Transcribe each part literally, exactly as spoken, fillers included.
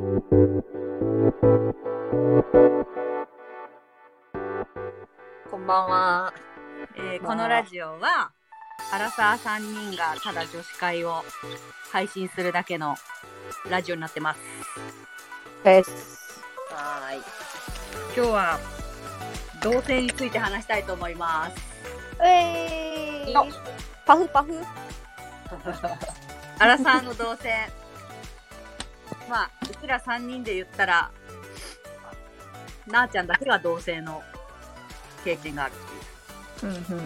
こんばんは。 えー、このラジオはアラサーさんにんがただ女子会を配信するだけのラジオになってます。 です。 はーい。 今日は同性について話したいと思います。 えー、パフパフ。 アラサーの同性。まあうちらさんにんで言ったらなーちゃんだけが同性の経験があるっていう。 うんうん。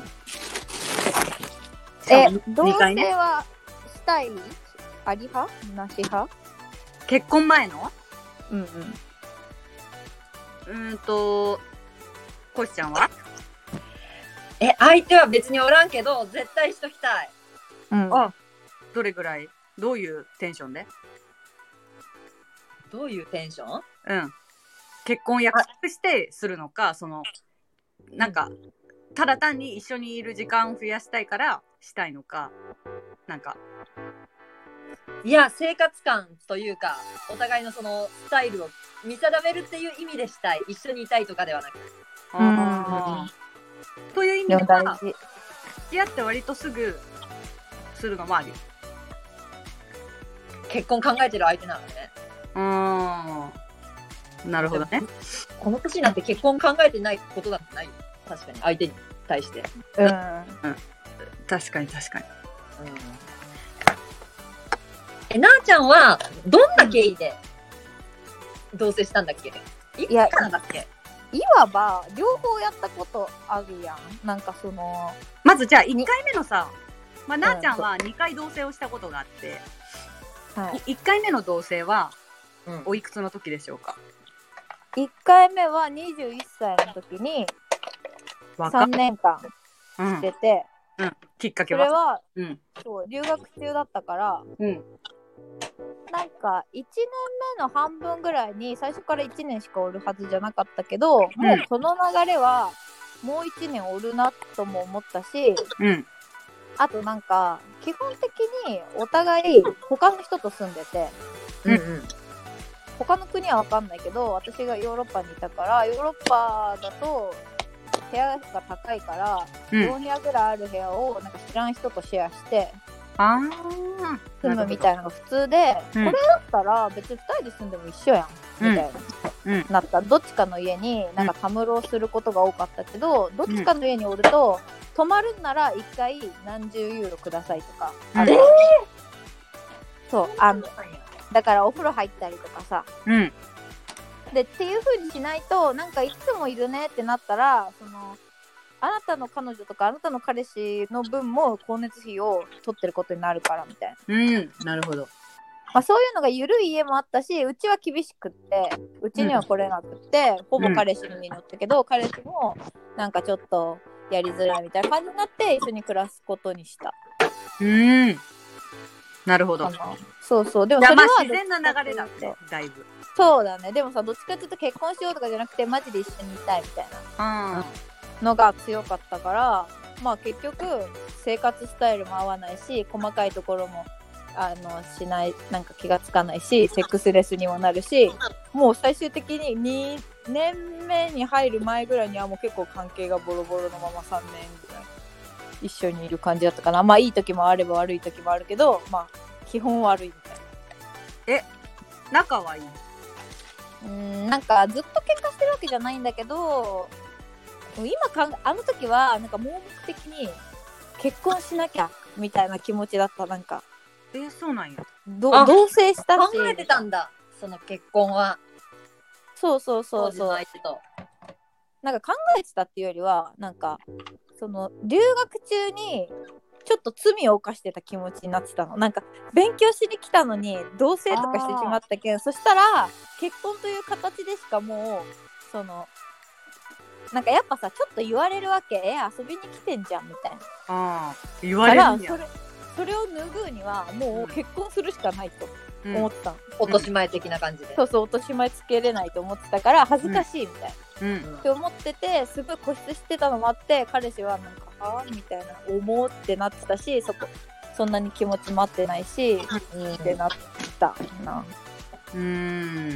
え、 同性はしたい？あり派？なし派？ 結婚前の？ うんうん。 うーんとこしちゃんは？ え、相手は別におらんけど絶対しときたい。 うん。 あ、どれぐらい？どういうテンションで？ どういうテンション？ うん。結婚約束してするのか、そのなんかただ単に一緒にいる時間を増やしたいからしたいのか、なんかいや、生活感というかお互いのそのスタイルを見定めるっていう意味でしたい。一緒にいたいとかではなく。 あーという意味では大事。 付き合って割とすぐするのもあり。 結婚考えてる相手なのね。 うーん、なるほどね。 この年になって結婚考えてないことなんてないよ。確かに相手に対して。 うん。 うん、確かに確かに。 うん、え、なーちゃんはどんな経緯で同棲したんだっけ？いつからだっけ？ いわば両方やったことあるやん。なんかそのまずじゃあいっかいめのさ、まあ、なーちゃんはにかい同棲をしたことがあって、 はい、 いっかいめの同棲はうん、 おいくつの時でしょうか？ いっかいめはにじゅういっさいの時にさんねんかんしてて、 うんうん、きっかけはそれは、 うん、 そう留学中だったから、 うん、 なんかいちねんめの半分ぐらいに最初からいちねんしかおるはずじゃなかったけど、うん、もうこの流れはもういちねんおるなとも思ったし、 うん、 あとなんか基本的にお互い他の人と住んでて、 うんうん、 他の国は分かんないけど私がヨーロッパにいたからヨーロッパだと部屋が高いから、うん、よん部屋ぐらいある部屋をなんか知らん人とシェアしてあ住むみたいなのが普通で、うん、これだったら別にふたりで住んでも一緒やんみたいな、うん、なったどっちかの家になんかたむろうすることが多かったけど、うん、どっちかの家におると泊まるんならいっかい何十ユーロくださいとか、 うん、あれそうあのだからお風呂入ったりとかさ、 うん、 でっていう風にしないとなんかいつもいるねってなったらそのあなたの彼女とかあなたの彼氏の分も光熱費を取ってることになるからみたいな、 うん、なるほど、 まあ、そういうのが緩い家もあったしうちは厳しくってうちには来れなくって、うん、ほぼ彼氏に乗ったけど、うん、彼氏もなんかちょっとやりづらいみたいな感じになって一緒に暮らすことにした。 うーん、なるほど。 そうそう、でもそれは自然な流れだってだいぶ。 そうだね。でもさどっちかっていうと結婚しようとかじゃなくてマジで一緒にいたいみたいな、 うんのが強かったから、まあ結局生活スタイルも合わないし細かいところもあのしないなんか気がつかないしセックスレスにもなるしもう最終的ににねんめに入る前ぐらいにはもう結構関係がボロボロのままさんねんぐらい一緒にいる感じだったかな。まあいい時もあれば悪い時もあるけどまあ基本悪いみたいな。 え、仲はいい？ うーんなんかずっと喧嘩してるわけじゃないんだけど今かんあの時はなんか盲目的に結婚しなきゃみたいな気持ちだった。なんかえー、そうなんや。 ど同棲したし考えてたんだその結婚は。 そうそうそうそう。 相手となんか考えてたっていうよりはなんかその留学中にちょっと罪を犯してた気持ちになってたの。なんか勉強しに来たのに同棲とかしてしまったけどそしたら結婚という形でしかもうそのなんかやっぱさちょっと言われるわけえ遊びに来てんじゃんみたいな。 あ言われるんや。 それそれを拭うにはもう結婚するしかないと思ってたの、 うん、落とし前的な感じで。 そうそう落とし前つけれないと思ってたから恥ずかしいみたいな、 うんって思っててすごい固執してたのもあって彼氏はなんかはぁみたいな思うってなってたしそこそんなに気持ちも合ってないし、うん、ってなったな。 うーん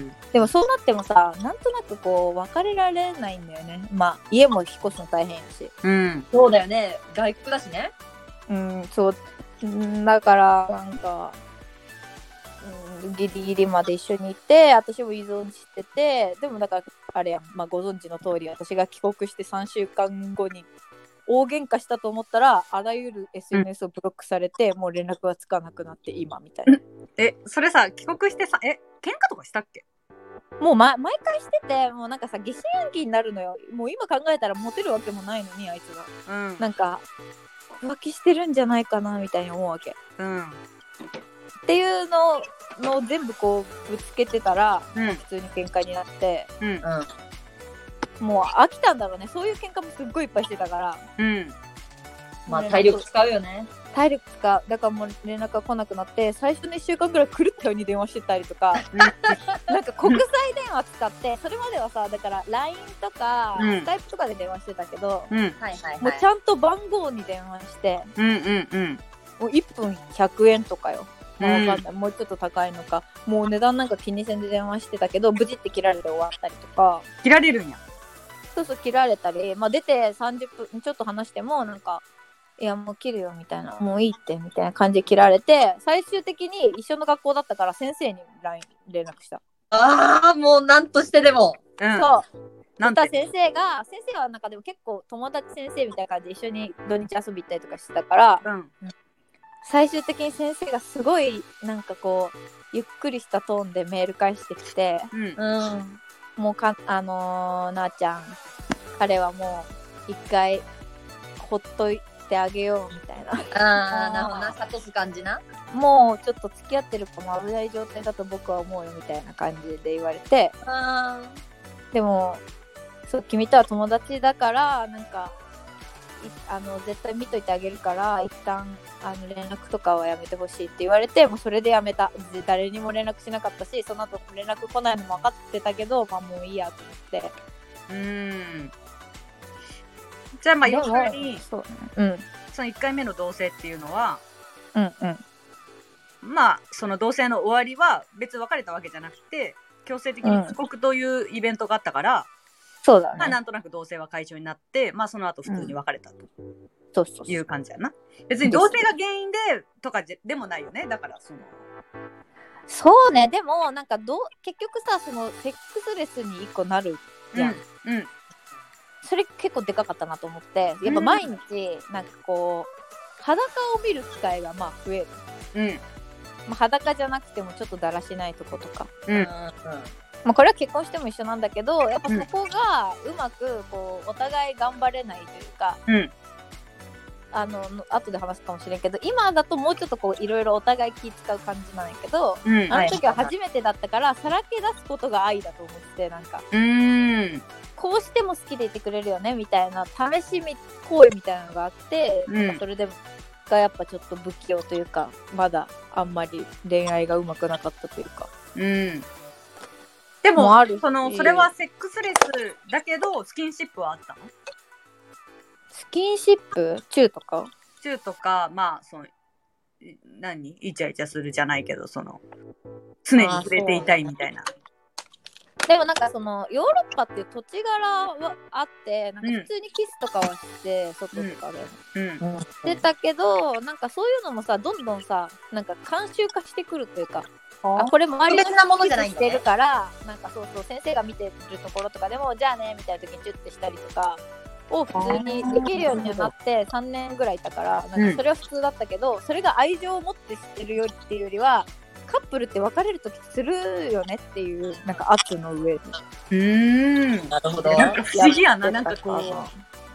ん。 でもそうなってもさ、なんとなくこう別れられないんだよね。まあ家も引っ越すの大変やし。 うん。 そうだよね。外国だしね。 うん、そううんだからなんか、うん、ギリギリまで一緒にいて、私も依存してて、でもだからあれやん、まあ、ご存知の通り私が帰国してさんしゅうかんごに大喧嘩したと思ったらあらゆる エスエヌエス をブロックされて、もう連絡がつかなくなって今みたいな。 え、それさ、帰国してさ、え、喧嘩とかしたっけ？ もう、ま、毎回してて、もうなんかさ疑心暗鬼になるのよ。もう今考えたらモテるわけもないのに、あいつがうん。 なんか浮気してるんじゃないかなみたいに思うわけ。 うん。 っていうののを全部こうぶつけてたら、 うん普通に喧嘩になって、 うん。 うん。 もう飽きたんだろうね。そういう喧嘩もすっごいいっぱいしてたから、 うん。 まあ体力使うよね。 体力使う。だからもう連絡が来なくなって、最初のいっしゅうかんぐらい狂ったように電話してたりとかなんか国際電話使って、それまではさ、だから ライン とか、 うんスカイプとかで電話してたけど、 うん。 はいはいはい。 もうちゃんと番号に電話して、 うんうんうん。 もういっぷんひゃくえんとかよ。まあ、 うんわかんない、もうちょっと高いのか、もう値段なんか気にせんで電話してたけど、無事って切られて終わったりとか、 切られるんや。 そうそう切られたり、まあ、出てさんじゅっぷんちょっと話してもなんか、いやもう切るよみたいな、もういいってみたいな感じで切られて、最終的に一緒の学校だったから先生に ライン 連絡した。 ああ、もうなんとしてでも。 うん。 そうなんて。 そしたら先生が、先生はなんかでも結構友達先生みたいな感じで一緒に土日遊び行ったりとかしてたから、 うん。 最終的に先生がすごいなんかこうゆっくりしたトーンでメール返してきて、 うん。 うん。 もうかあのー、なあちゃん彼はもう一回ほっといてあげようみたいなああ、なるほどな。諭す感じな。 もうちょっと付き合ってるかも危ない状態だと僕は思うよみたいな感じで言われて、 あでもそう君とは友達だからなんかいあの絶対見といてあげるから一旦あの連絡とかはやめてほしいって言われて、もうそれでやめた。で誰にも連絡しなかったし、その後連絡来ないのも分かってたけど、まあもういいやと思って。 うーん。じゃあまあ要するにそうね、 そのいっかいめの同棲っていうのは、 うんうんうんまあその同棲の終わりは別に別れたわけじゃなくて、強制的に帰国というイベントがあったから、 そうだね、 まあなんとなく同棲は解消になって、まあその後普通に別れたとそうそうそういう感じやな。別に同棲が原因でとかででもないよね。だからそのそうね。でもなんかどう結局さ、そのセックスレスに一個なるじゃん、 うんうんそれ結構でかかったなと思って、やっぱ毎日なんかこう裸を見る機会がまあ増える、 うんまあ、裸じゃなくてもちょっとだらしないとことか、 うんあ。 まあ、これは結婚しても一緒なんだけど、やっぱそこがうまくこうお互い頑張れないというか、 うんあの後で話すかもしれんけど、今だともうちょっとこういろいろお互い気使う感じなんやけど、 うんあの時は初めてだったからさらけ出すことが愛だと思って、なんかうーんこうしても好きでいてくれるよねみたいな試しみ行為みたいなのがあって、 うんなんかそれでがやっぱちょっと不器用というか、まだあんまり恋愛がうまくなかったというか。 うん。でももあるしそのそれはセックスレスだけどスキンシップはあったの？ スキンシップチューとかチューとか、まあそのい何イチャイチャするじゃないけど、その常に触れていたいみたいな。 でもなんかそのヨーロッパっていう土地柄はあって、なんか普通にキスとかはして、外とかで、 うんしてたけど、なんかそういうのもさどんどんさなんか慣習化してくるというか、あこれ周りの特別なものじゃないんだねしてるからなんかそうそう先生が見てるところとかでもじゃあねみたいな時にチュッてしたりとかを普通にできるようになってさんねんぐらいいたから、なんかそれは普通だったけど、それが愛情を持ってしてるよりっていうよりはカップルって別れる時するよねっていうなんか圧の上でうーん。 なるほど。 なんか不思議やな、 やなんってたかなかこう不思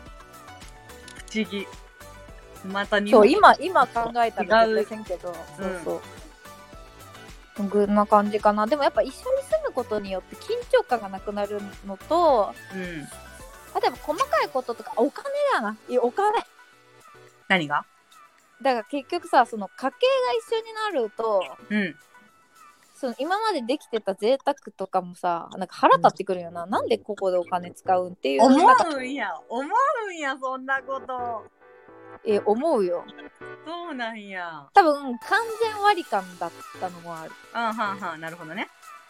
議。また日そう本今今考えたら違う絶対せんけど、そうそうこんな感じかな。でもやっぱ一緒に住むことによって緊張感がなくなるのと、 うん。 例えば細かいこととかお金だな。いやお金何が？ だから結局さ、その家計が一緒になると、 うん。 その今までできてた贅沢とかもさ、なんか腹立ってくるよな、うん、なんでここでお金使うんっていう思なんかうんや、思うんや、そんなこと。 え思うよ。 そうなんや。 多分完全割り勘だったのもある。 あはんはん、なるほどね。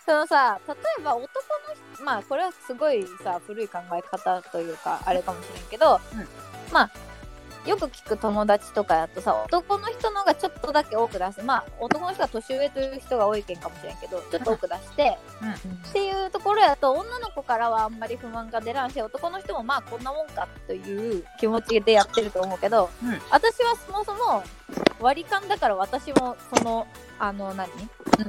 そのさ、例えば男の人、まあこれはすごいさ古い考え方というかあれかもしれんけど、うん、まあよく聞く友達とかだとさ、男の人の方がちょっとだけ多く出す、まあ男の人が年上という人が多いけんかもしれんけど、ちょっと多く出して、うんうん、っていうところやと女の子からはあんまり不満が出らんし、男の人もまあこんなもんかという気持ちでやってると思うけど、うん、私はそもそも割り勘だから私もそのあの何、うん、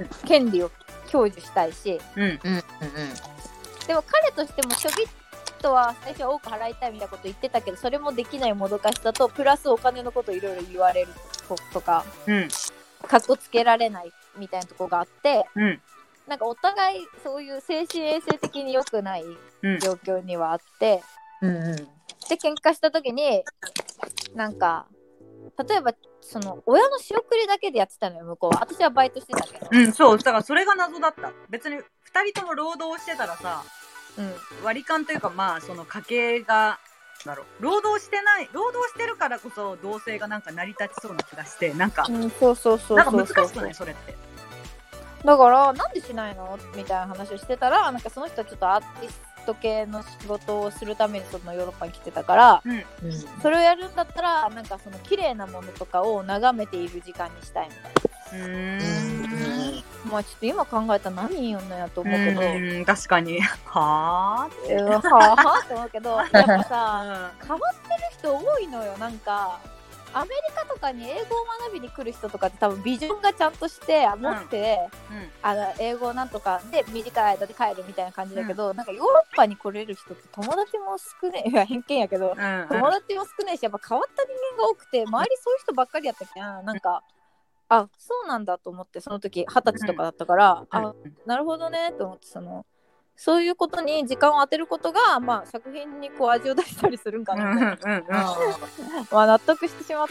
権利を享受したいし、うんうんうんうん、でも彼としてもちょびっとは最初は多く払いたいみたいなこと言ってたけど、それもできないもどかしさとプラスお金のこといろいろ言われるとか、うん、かっこつけられないみたいなとこがあって、うん、なんかお互いそういう精神衛生的に良くない状況にはあって、うんうんうん、で喧嘩した時になんか例えばその親の仕送りだけでやってたのよ、向こうは。私はバイトしてたけど。 うん、そう。だからそれが謎だった。別にふたりとも労働してたらさ、うん、割り勘というか、まあその家計がだろう、労働してない、労働してるからこそ同性がなんか成り立ちそうな気がして、なんか、うん、そうそうそうそう、なんか難しくないそれって。 だからなんでしないのみたいな話をしてたら、なんかその人はちょっとアーティスト系の仕事をするためにそのヨーロッパに来てたから、うんうん、それをやるんだったらなんかその綺麗なものとかを眺めている時間にしたいみたいな。うーん、まあちょっと今考えたら何言うんのやと思うけど、 うん、確かにはぁーはぁはぁって思うけど、やっぱさ、変わってる人多いのよ。なんかアメリカとかに英語を学びに来る人とかって多分ビジョンがちゃんとして持って、うんうん、あの英語なんとかで短い間で帰るみたいな感じだけど、うん、なんかヨーロッパに来れる人って友達も少ねえ、いや偏見やけど、うんうん、友達も少ねえし、やっぱ変わった人間が多くて周りそういう人ばっかりやったっけな、なんかあ、そうなんだと思って、その時二十歳とかだったから、うん、あ、なるほどねと思って、そのそういうことに時間を当てることが、まあ、作品にこう味を出したりするんかなみたいな、うんうんうん、まあ納得してしまって、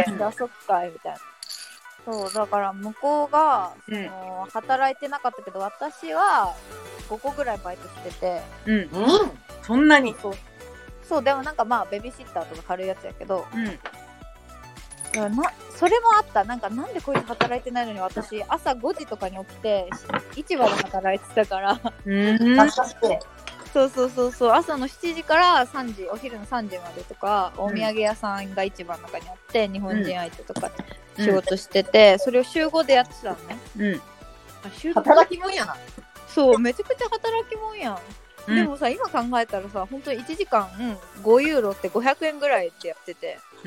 うん、あ、そっかみたいな。そうだから向こうがその、うん、働いてなかったけど、私はごこぐらいバイトしてて、 うんうん、そんなに。 そうそう、そうでもなんかまあベビーシッターとか軽いやつやけど、うん、なそれもあった。なんかなんでこいつ働いてないのに私朝ごじとかに起きて市場で働いてたからうんそうそうそうそう、朝のしちじからさんじ、お昼のさんじまでとか、お土産屋さんが市場の中にあって、うん、日本人相手とか仕事してて、うん、それを週ごでやってたのね、うん、 あ、週働きもんやな。 そう、めちゃくちゃ働きもんやん、うん、でもさ今考えたらさ、本当にいちじかんごユーロってごひゃくえんぐらいでやってて、うん、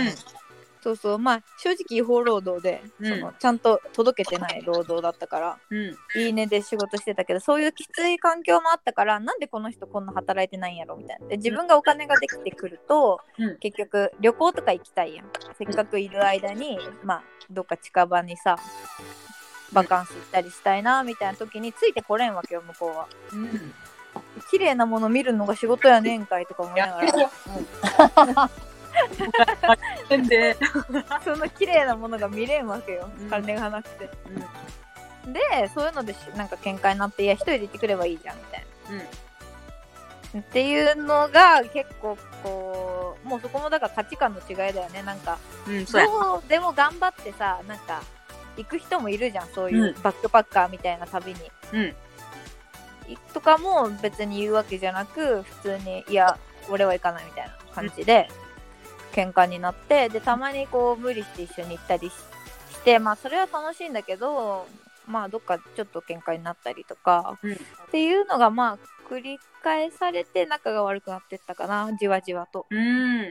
そうそう、まあ正直違法労働で、うん、そのちゃんと届けてない労働だったから、うん、いいねで仕事してたけど、そういうきつい環境もあったから、なんでこの人こんな働いてないんやろみたいな。で自分がお金ができてくると、うん、結局旅行とか行きたいやん。せっかくいる間に、まあどっか近場にさバカンス行ったりしたいなみたいな時についてこれんわけよ、向こうは。うん、綺麗なもの見るのが仕事やねんかいとか思いながらでその綺麗なものが見れんわけよ、金がなくて、うん、でそういうのでなんか喧嘩になって、いや一人で行ってくればいいじゃんみたいな、うん、っていうのが結構こう、もうそこもだから価値観の違いだよね。なんか、うん、そうどうでも頑張ってさ、なんか行く人もいるじゃん、そういうバックパッカーみたいな旅に、うん、とかも別に言うわけじゃなく、普通にいや俺は行かないみたいな感じで、うん喧嘩になって、でたまにこう無理して一緒に行ったり し, して、まあそれは楽しいんだけど、まあどっかちょっと喧嘩になったりとか、うん、っていうのがまあ繰り返されて仲が悪くなってったかな、じわじわと、うん、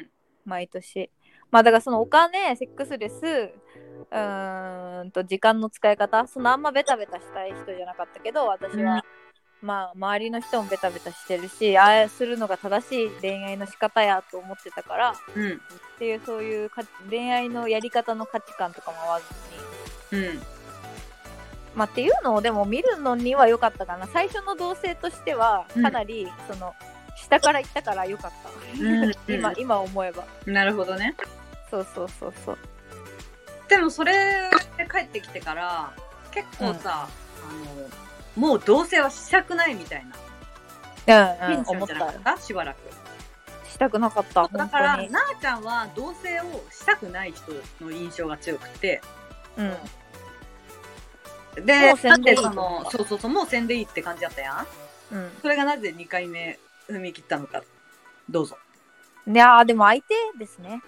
毎年。まあだからそのお金、セックスレス、うーんと時間の使い方、そのあんまベタベタしたい人じゃなかったけど、私は、うんまあ周りの人もベタベタしてるし、ああするのが正しい恋愛の仕方やと思ってたから、うん、っていうそういうか恋愛のやり方の価値観とかも合わずに、うん、まあっていうのをでも見るのには良かったかな。最初の同棲としてはかなり、うん、その下から行ったから良かった、うん、今今思えば。 なるほどね。 そうそうそうそう。 でもそれで帰ってきてから結構さ、うん、あのもう同棲はしたくないみたいな、うんうん、思ったじゃなかった？しばらくしたくなかった。 だからなあちゃんは同棲をしたくない人の印象が強くて、うん、 で、 もうせんでいいだってその、そうそうそう、もうせんでいいって感じだったやん。 うん。 それがなぜにかいめ踏み切ったのか。どうぞ。 いやーでも相手ですね。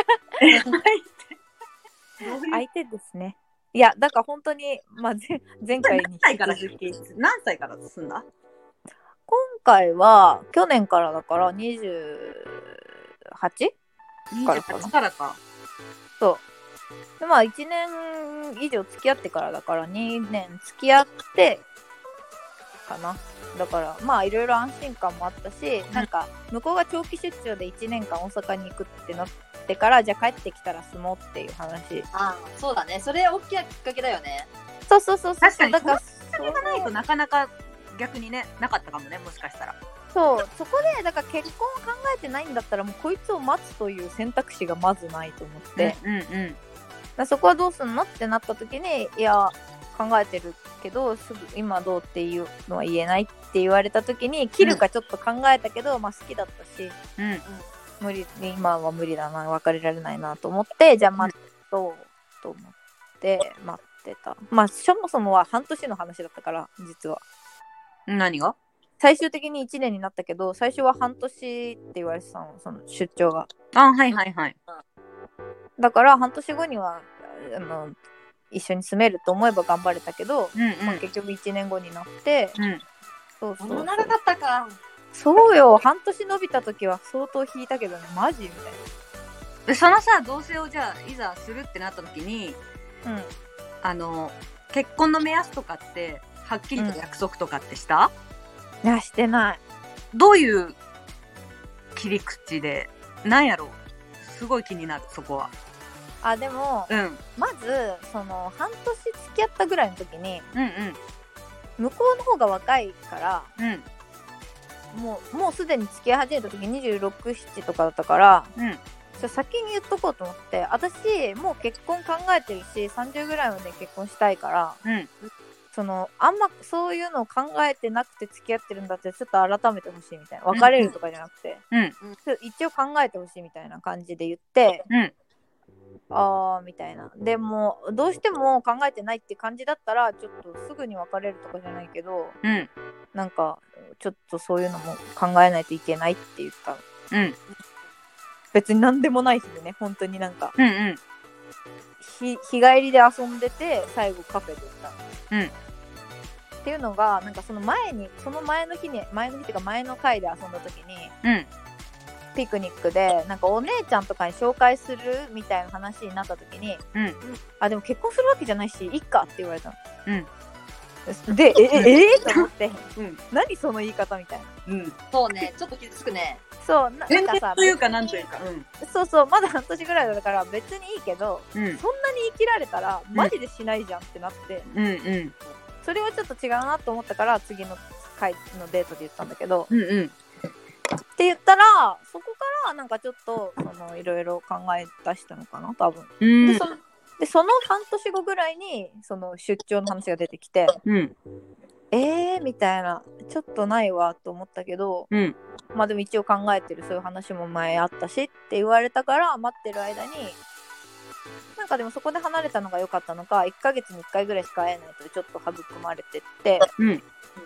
どういう相手ですね。いやだから本当にまあ前前回に引き何歳から続き、 何歳から済んだ？ 今回は去年からだからにじゅうはち？からかなにじゅうはちからか。 そうでまあいちねん以上付き合ってからだからにねん付き合ってかな。だからまあいろいろ安心感もあったし、なんか向こうが長期出張でいちねんかん大阪に行くってなってから、じゃあ帰ってきたら住もうっていう話。 ああ、そうだね。それ大きなきっかけだよね。 そうそうそうそう。 確かにだからそれがないとなかなか逆にね、なかったかもね、もしかしたら。 そうそこでだから結婚を考えてないんだったらもうこいつを待つという選択肢がまずないと思って、 うんうんうん。 だそこはどうすんのってなった時に、いや考えてるけどすぐ今どうっていうのは言えないって言われた時に、切るかちょっと考えたけど、まあ好きだったし、 うん無理今は無理だな、別れられないなと思って、じゃあ待とうと思って待ってた。まあそもそもは半年の話だったから、実は何が？ 最終的にいちねんになったけど、最初は半年って言われてたの、その出張が。 あ、はいはいはい。 だから半年後にはあの一緒に住めると思えば頑張れたけど、 うんうんまあ、結局いちねんごになって、 うん。 そうそうそんな長かったか。 そうよ、半年伸びた時は相当引いたけどね、マジみたいでそのさ、同棲をじゃあいざするってなった時に、 な。うん。 あの結婚の目安とかってはっきりと約束とかってした？ いや、してない。 どういう切り口で、なんやろう、すごい気になる、そこは。 あ、でも、 うんまずその半年付き合ったぐらいの時に、 うん向こうの方が若いから、 うんうんもうもうすでに付き合い始めた時にじゅうろく、ななとかだったから、 うんじゃ先に言っとこうと思って、私もう結婚考えてるし、さんじゅうぐらいまで結婚したいから、 うんそのあんまそういうのを考えてなくて付き合ってるんだって、ちょっと改めてほしいみたいな、別れるとかじゃなくて、 うんちょ一応考えてほしいみたいな感じで言って、 うんあーみたいな。でもどうしても考えてないって感じだったら、ちょっとすぐに別れるとかじゃないけど、 うんなんかちょっとそういうのも考えないといけないって言ったの。 うん別に何でもない日でね、本当になんかうんうん日日帰りで遊んでて、最後カフェで行ったの。 うんっていうのが、なんかその前にその前の日に前の日っていうか前の回で遊んだ時に、 うんピクニックでなんかお姉ちゃんとかに紹介するみたいな話になった時に、 うんあでも結婚するわけじゃないしいっかって言われたの。 うんでえええー、と思ってうん何その言い方みたいな。 うんそうね、ちょっと傷つくね。 そうななんかさ、 というかなんというか、うんそうそう、まだ半年ぐらいだから別にいいけど、 うんそんなに生きられたらマジでしないじゃんってなって、 うんうんそれはちょっと違うなと思ったから次の回のデートで言ったんだけど、 うんうんって言ったらそこからなんかちょっとそのいろいろ考え出したのかな多分。 うんでそでその半年後ぐらいにその出張の話が出てきて、 うんえーみたいな、ちょっとないわと思ったけど、 うんまあでも一応考えてる、そういう話も前あったしって言われたから、待ってる間になんかでもそこで離れたのが良かったのか、いっかげつにいっかいぐらいしか会えないとちょっと育まれてって、 うん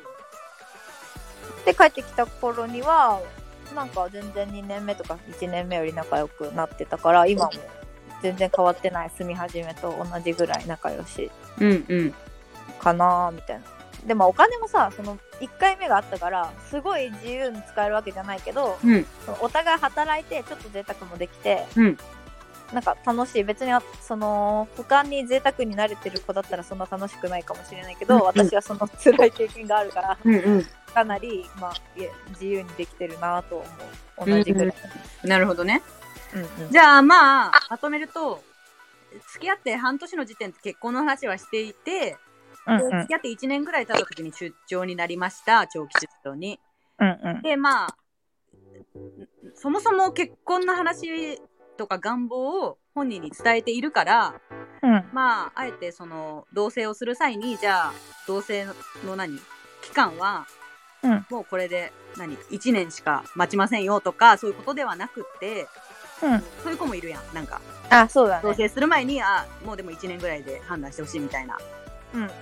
で帰ってきた頃にはなんか全然にねんめとかいちねんめより仲良くなってたから、今も全然変わってない、住み始めと同じぐらい仲良しうんうんかなみたいな。でもお金もさ、そのいっかいめがあったからすごい自由に使えるわけじゃないけど、 うんお互い働いてちょっと贅沢もできて、 うんなんか楽しい。別にその他に贅沢に慣れてる子だったらそんな楽しくないかもしれないけど、 うん私はその辛い経験があるからうんうんかなり、まあ、いや自由にできてるなと思う。同じぐらい、 なるほどね。 うんうん、 じゃあまあまとめると、付き合って半年の時点で結婚の話はしていて、 うんうんで付き合っていちねんぐらい経った時に出張になりました、長期出張に。 うんうんでまあそもそも結婚の話とか願望を本人に伝えているから、 うんまああえてその同棲をする際に、じゃあ同棲の何期間はうんもうこれで何いちねんしか待ちませんよとか、そういうことではなくって、 うんそういう子もいるやん。なんかあ、そうだね。 同棲する前に、あもうでもいちねんぐらいで判断してほしいみたいな。 うん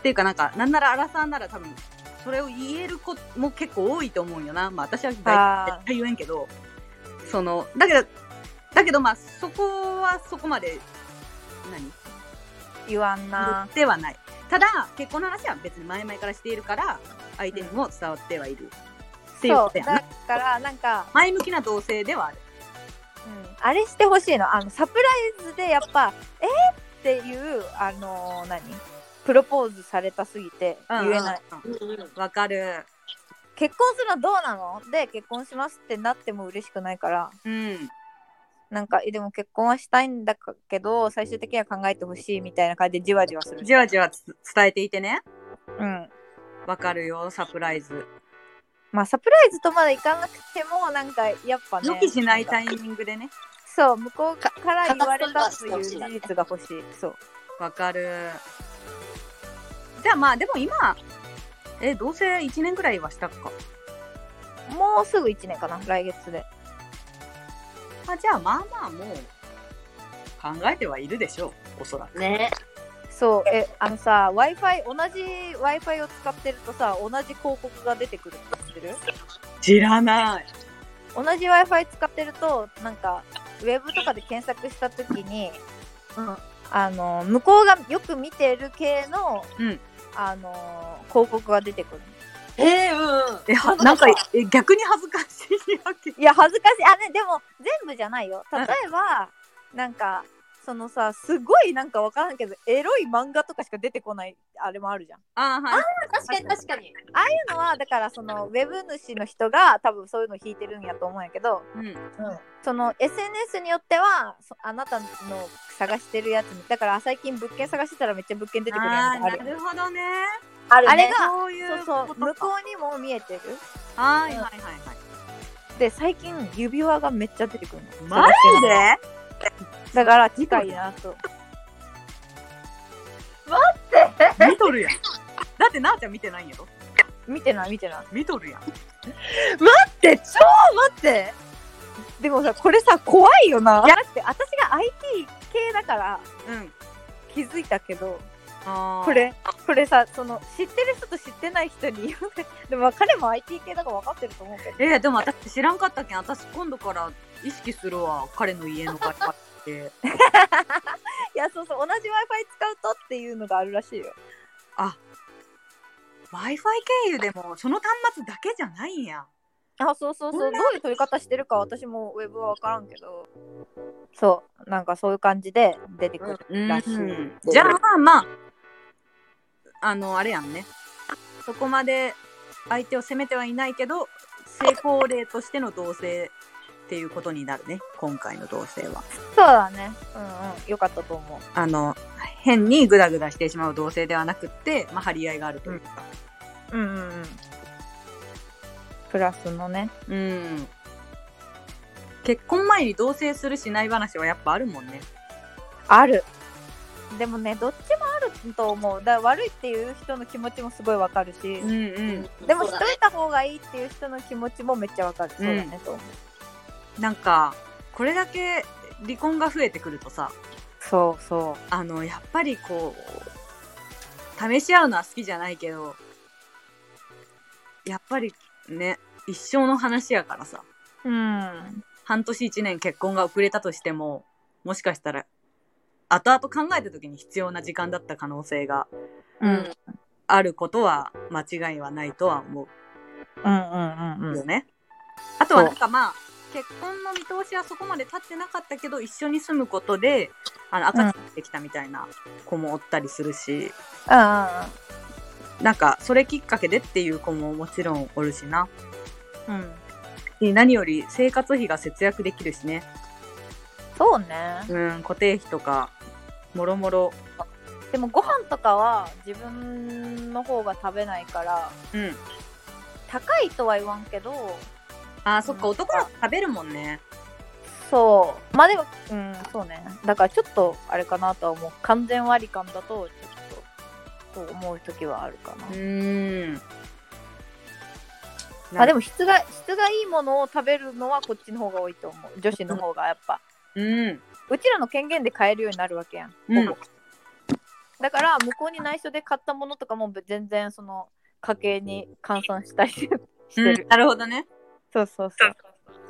っていうかなんかなんならアラサーなら多分それを言える子も結構多いと思うよな。まあ私は絶対言えんけど、そのだけどだけどまあそこはそこまで何言わんなではない。ただ結婚の話は別に前々からしているから相手にも伝わってはいる、うん、っていうことやな。 だからなんか前向きな同性ではある。 うん、あれしてほしいの。あのサプライズでやっぱえー、っていうあのー、何プロポーズされたすぎて言えない。わ、 うんうんうん、かる。 結婚するのどうなので結婚しますってなっても嬉しくないから、 うん、 なんかでも結婚はしたいんだけど最終的には考えてほしいみたいな感じでじわじわする。 じわじわ伝えていてね。 うん。 わかるよ、サプライズ。 まあサプライズとまだいかなくてもなんかやっぱね。 予期しないタイミングでね。 そう、向こうから言われたという事実が欲しい。そう。 わかる。じゃあまあでも今え同棲いちねんくらいはしたか。 もうすぐいちねんかな、来月で。 あ、じゃあまあまあもう考えてはいるでしょう、おそらくね。 そう、えあのさ Wi-Fi 同じ Wi-Fi を使ってるとさ同じ広告が出てくるって知ってる？ 知らない。 同じ Wi-Fi 使ってるとなんかウェブとかで検索したときに、うん、あの向こうがよく見てる系の、うん、あの広告が出てくる。 えー、うん。 え、はなんかえ逆に恥ずかしいわけ。 いや恥ずかしい。あねでも全部じゃないよ。例えば、うん、なんかそのさすごいなんかわからんけどエロい漫画とかしか出てこないあれもあるじゃん。 あー、はい、 あ確かに確かに。 ああいうのはだからそのウェブ主の人が多分そういうの引いてるんやと思うんやけど、 うん、 その エスエヌエス によってはあなたの探してるやつにだから最近物件探してたらめっちゃ物件出てくるやつある。 なるほどね。 あるね。あれがそういうそうそう向こうにも見えてる。 はいはいはいはい。 で最近指輪がめっちゃ出てくるの。 マジで？ だから近いなと。 待って見とるやん。だってなーちゃん見てないんやろ？ 見てない見てない。 見とるやん。 待って超待って。 でもさこれさ怖いよな。いやだって私が アイティー 系だから、うん、気づいたけど。あこれこれさその知ってる人と知ってない人に言うでも彼も アイティー 系だから分かってると思うけど。 えー、でも私知らんかったけん私今度から意識するわ彼の家の Wi-Fi っていやそうそう同じ Wi-Fi 使うとっていうのがあるらしいよ。 あ Wi-Fi 経由でもその端末だけじゃないんや。 あそうそうそうどういう取り方してるか私もウェブは分からんけどそうなんかそういう感じで出てくるらしい、うん、 じゃあまああのあれやんねそこまで相手を責めてはいないけど成功例としての同棲っていうことになるね今回の同棲は。 そうだねうんうんよかったと思う。 あの変にグダグダしてしまう同棲ではなくってまあ張り合いがあるというか、 うん、うんうんうんプラスのねうん結婚前に同棲するしない話はやっぱあるもんね。 ある。でもねどっちもあると思う。だから悪いっていう人の気持ちもすごいわかるし、うんうん、でもしといた方がいいっていう人の気持ちもめっちゃわかる、うん、そうだねと思う。なんかこれだけ離婚が増えてくるとさそうそうあのやっぱりこう試し合うのは好きじゃないけどやっぱりね一生の話やからさ、うん、半年一年結婚が遅れたとしてももしかしたら後々考えた時に必要な時間だった可能性が、うん、あることは間違いはないとは思う。うんうんうんうん。よね。あとはなんかまあ結婚の見通しはそこまで立ってなかったけど一緒に住むことであの赤ちゃんできたみたいな子もおったりするし、うん、なんかそれきっかけでっていう子ももちろんおるしな。うん。で何より生活費が節約できるしね。 そうね。 うん、固定費とかもろもろ。 でもご飯とかは自分の方が食べないから、うん、高いとは言わんけど。 あー、そっか、男の子食べるもんね。 そうまあでもうんそうね。だからちょっとあれかなとは思う。完全割り勘だとちょっとと思う時はあるかな。うーん。まあでも質が質がいいものを食べるのはこっちの方が多いと思う。女子の方がやっぱ。うん。うちらの権限で買えるようになるわけやん。うん、ほぼだから向こうに内緒で買ったものとかも全然その家計に換算したりしてる、 うん、なるほどね。 そうそうそう。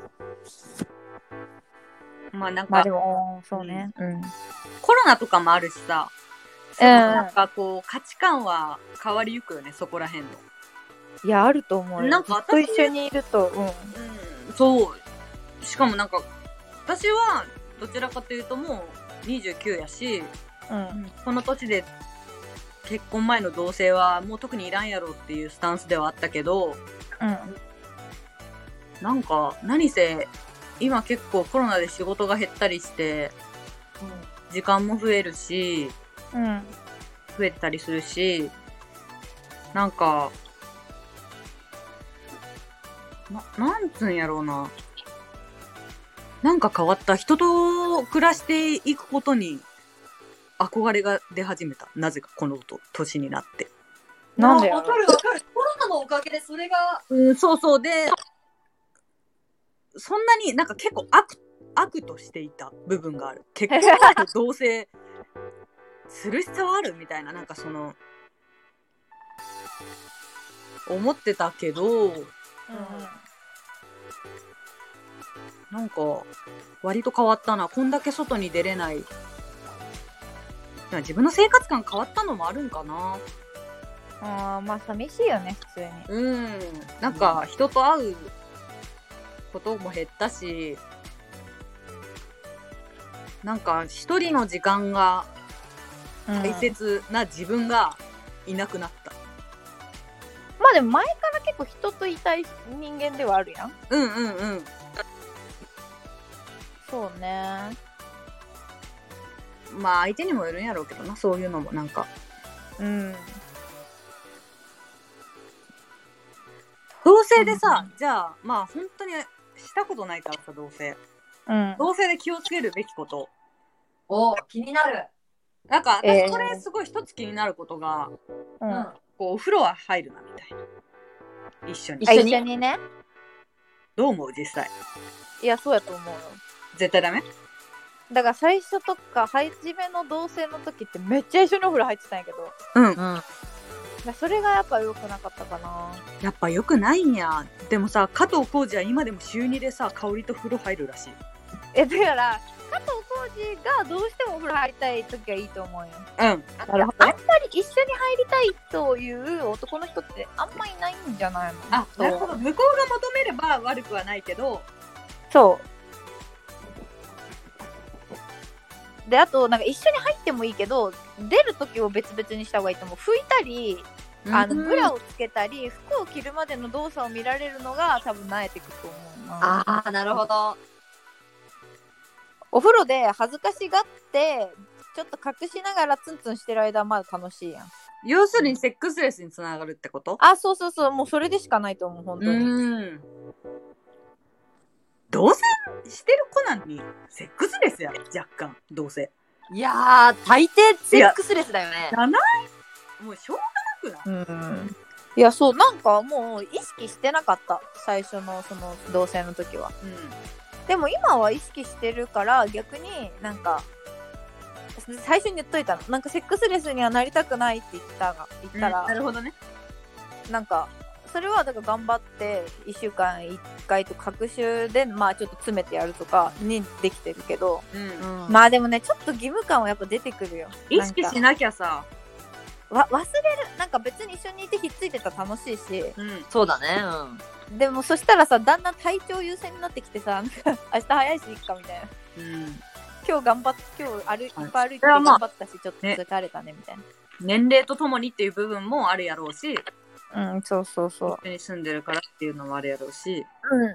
まあなんか、 まあでもそうね、うん、 コロナとかもあるしさ、 うん、 なんかこう価値観は変わりゆくよね、そこらへんの。 いやあると思うよ。 なんかずっと一緒にいると、うん、 うん、そうしかもなんか私はどちらかというともうにじゅうきゅうやし、うん、この年で結婚前の同棲はもう特にいらんやろっていうスタンスではあったけど、うん、なんか何せ今結構コロナで仕事が減ったりして、うん、時間も増えるし、うん、増えたりするし、なんかな、なんつうんやろうな。なんか変わった。人と暮らしていくことに憧れが出始めた。なぜかこの年になって。 なんでやろう。わかるわかる。コロナのおかげでそれが。 うん、そうそう。で、そんなになんか結構悪、悪としていた部分がある。結婚と同棲する必要あるみたいな、なんかその、思ってたけど、うん、なんか割と変わったな。こんだけ外に出れない。自分の生活感変わったのもあるんかな。 あー、まあ寂しいよね普通に。 うん。なんか人と会うことも減ったし、なんか一人の時間が大切な自分がいなくなった。 うん、まあでも前から結構人といたい人間ではあるやん。 うんうんうん。 そうね。 まあ相手にもよるんやろうけどな、そういうのもなんか。うん。同棲でさ、うん、じゃあまあ本当にしたことないからさ、同棲。うん。同棲で気をつけるべきこと。 お、気になる。 なんか私これすごい一つ気になることが、えー、うん、こうお風呂は入るなみたいな。一緒に。 一緒にね。 どう思う実際。 いやそうやと思うよ。 絶対ダメ？ だから最初とか初めの同棲の時ってめっちゃ一緒にお風呂入ってたんやけど、 うんうん、 それがやっぱ良くなかったかな。 やっぱ良くないんや。でもさ、加藤浩次は今でも週にでさ、香りと風呂入るらしい。 え、だから加藤浩次がどうしてもお風呂入りたい時はいいと思うよ。 うん。 なるほど。あんまり一緒に入りたいという男の人ってあんまいないんじゃないの？ あ、なるほど。向こうが求めれば悪くはないけど。 そう。で、あとなんか一緒に入ってもいいけど、出る時を別々にした方がいいと思う。拭いたり、あのブラをつけたり、服を着るまでの動作を見られるのが多分慣れてくると思うな。 ああ、なるほど。 お風呂で恥ずかしがってちょっと隠しながらツンツンしてる間はまだ楽しいやん。 要するにセックスレスにつながるってこと？ あ、そうそうそう、もうそれでしかないと思う本当に。うん。 同棲してる子なのにセックスレスやろ、若干同棲。 いやー、大抵セックスレスだよね。 じゃない？もうしょうがなくない？ うん。いや、そう、なんかもう意識してなかった、最初のその同棲の時は。うん。でも今は意識してるから逆になんか最初に言っといたの、なんかセックスレスにはなりたくないって言ったが言ったら、 うん、なるほどね。 なんかそれはだから頑張っていっしゅうかんいっかいと隔週でまあちょっと詰めてやるとかにできてるけど、うんうん、まあでもねちょっと義務感はやっぱ出てくるよ。 意識しなきゃさ、 わ忘れる。なんか別に一緒にいてひっついてたら楽しいし、 うん、そうだね、 うん、でもそしたらさだんだん体調優先になってきてさ、なんか明日早いしいっかみたいな、うん、今日頑張っ今日歩いっぱい歩いて頑張ったし、ちょっと疲れたねみたいな、ね、 年齢とともにっていう部分もあるやろうし、 うん、そうそうそう。 一緒に住んでるからっていうのもあるやろうし。 うん。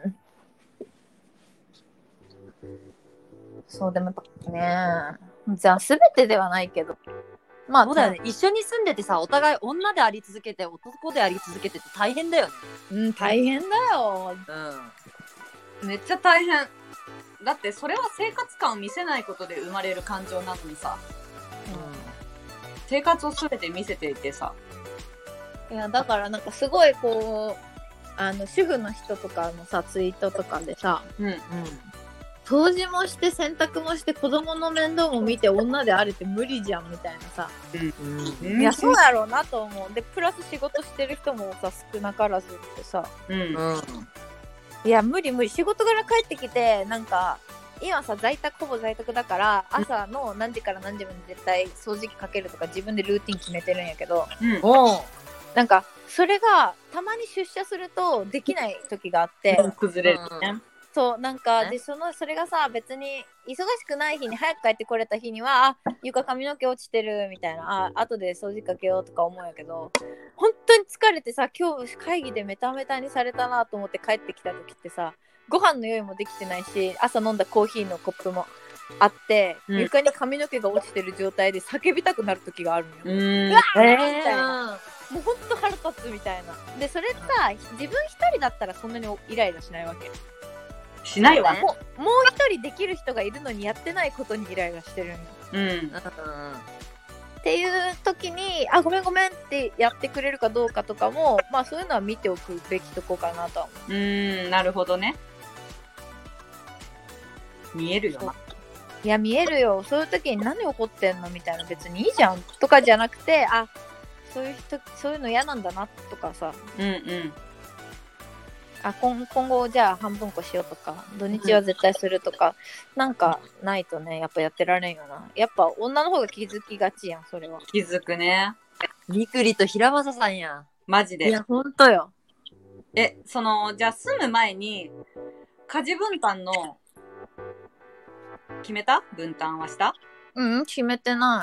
そう、でもやっぱね、じゃあ全てではないけど。 まあ、そうだよね。一緒に住んでてさ、お互い女であり続けて、男であり続けてって大変だよね。 うん、大変だよ。 うん。めっちゃ大変。だってそれは生活感を見せないことで生まれる感情なのにさ。うん。生活を全て見せていてさ。 いやだからなんかすごいこうあの主婦の人とかのさツイートとかでさ、うんうん、 掃除もして洗濯もして子供の面倒も見て女であれって無理じゃんみたいなさ、 うん、 いやそうやろうなと思う。でプラス仕事してる人もさ少なからずってさ、 うん、うん、 いや無理無理。仕事から帰ってきてなんか今さ在宅ほぼ在宅だから朝の何時から何時まで絶対掃除機かけるとか自分でルーティン決めてるんやけど、 うん、 なんかそれがたまに出社するとできない時があって、 崩れるね、うん、 そうなんかでそのそれがさ別に忙しくない日に早く帰ってこれた日にはあ床髪の毛落ちてるみたいな、あ後で掃除かけようとか思うんやけど、本当に疲れてさ今日会議でメタメタにされたなと思って帰ってきた時ってさご飯の用意もできてないし朝飲んだコーヒーのコップもあって、うん、床に髪の毛が落ちてる状態で叫びたくなる時があるのよ。うわー、えー、みたいな、もうほんと腹立つみたいな。でそれさ自分一人だったらそんなにイライラしないわけ。 しないわね。 もう、もう一人できる人がいるのにやってないことにイライラしてるんよ。 うん、うん、 っていう時にあごめんごめんってやってくれるかどうかとかもまあそういうのは見ておくべきとこかなとは思う。 うーん、なるほどね。見えるよな。 いや見えるよ。そういう時に何怒ってんのみたいな、別にいいじゃんとかじゃなくて、あそういう人そういうの嫌なんだなとかさ、 うんうん、 あ 今, 今後じゃあ半分こしようとか土日は絶対するとか、うん、なんかないとねやっぱやってられんよな。やっぱ女の方が気づきがちやん。それは気づくね。 みくりと平正さんやマジで。 いやほんとよ。 えそのじゃあ住む前に家事分担の決めた？分担はした？ うん決めてない。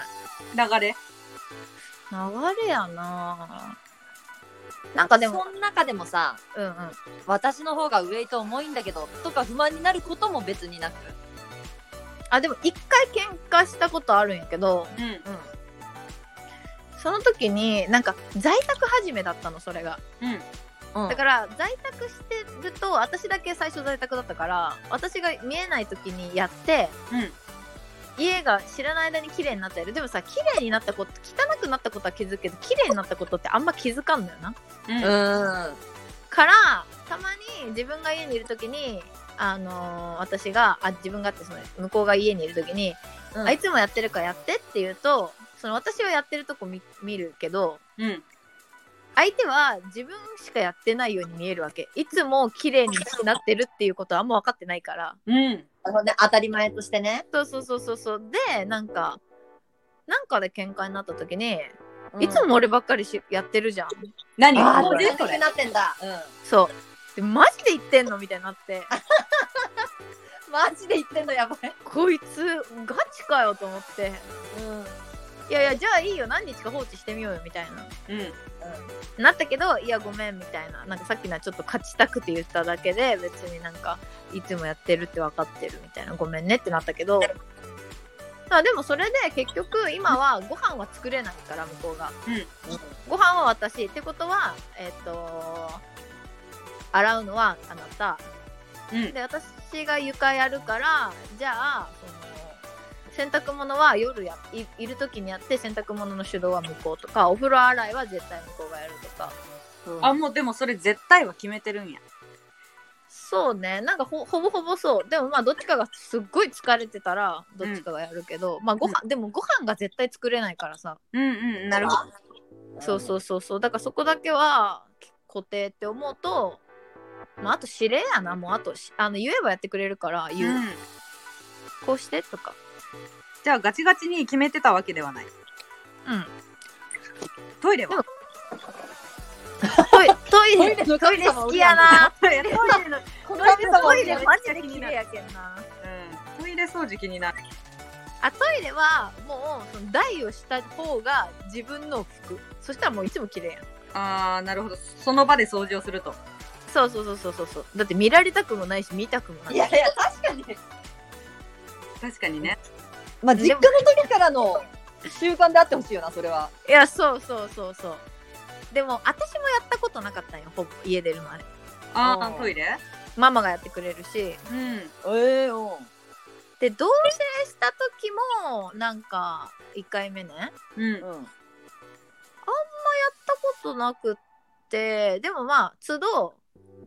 流れ流れやな。なんかでもその中でもさ、 うんうん、 私の方がウェイト重いんだけどとか不満になることも別になく、 あでも一回喧嘩したことあるんやけど、 うんうん、 その時になんか在宅始めだったのそれが、 うん、 だから在宅してると私だけ最初在宅だったから私が見えない時にやって、 うん、 家が知らない間に綺麗になったり、でもさ綺麗になったこと汚くなったことは気づくけど綺麗になったことってあんま気づかんのよな、 うん、うんからたまに自分が家にいる時にあのー、私があ自分がってその向こうが家にいる時に、うん、あいつもやってるからやってって言うとその私はやってるとこ 見, 見るけど、 うん、 相手は自分しかやってないように見えるわけ。いつも綺麗になってるっていうことはあんま分かってないから、 うん、 当たり前としてね。 そうそうそうそうそう。でなんかなんかで喧嘩になった時に、うん、いつも俺ばっかりしやってるじゃん。 何？ あこれそれなってんだ。 うん、そうでマジで言ってんのみたいになってマジで言ってんのやばい。 こいつガチかよと思って、うん、いやいやじゃあいいよ何日か放置してみようよみたいな、 うんうん、 なったけどいやごめんみたいな、なんかさっきのはちょっと勝ちたくて言っただけで別になんかいつもやってるって分かってるみたいな、ごめんねってなったけど、あでもそれで結局今はご飯は作れないから向こうが、 うん、 ご飯は私ってことはえっ、ー、と洗うのはあなた、うん、で私が床やるからじゃあその洗濯物は夜や い, いる時にやって洗濯物の手動は向こうとか、お風呂洗いは絶対向こうがやるとか、 うん、あもうでもそれ絶対は決めてるんや。 そうね、なんか ほ, ほぼほぼそう。でもまあどっちかがすっごい疲れてたらどっちかがやるけど、うん、まあご飯、うん、でもご飯が絶対作れないからさ。 うんうんなるほど。 そうそうそうそう、だからそこだけは固定って思うと、まああと指令やな、もうあとあの言えばやってくれるから言う、うん、こうしてとか。 じゃあガチガチに決めてたわけではない。 うん。 トイレはトイレトイレトイレ好きやな。トイレのこの人トイレマジで綺麗やけんな。 うん。トイレ掃除気になる。 あトイレはもうその台をした方が自分の服。そしたらもういつも綺麗やん。 あーなるほど。その場で掃除をすると。 そうそうそうそうそう。だって見られたくもないし見たくもない。 いやいや確かに確かにね。 まあ実家の時からの習慣であってほしいよなそれは。 いやそうそうそうそう。でも私もやったことなかったんよ、ほぼ家出る前。 ああトイレママがやってくれるし、 うんええー、で同棲した時もなんかいっかいめね、 うん、うん、あんまやったことなくって、でもまあ都度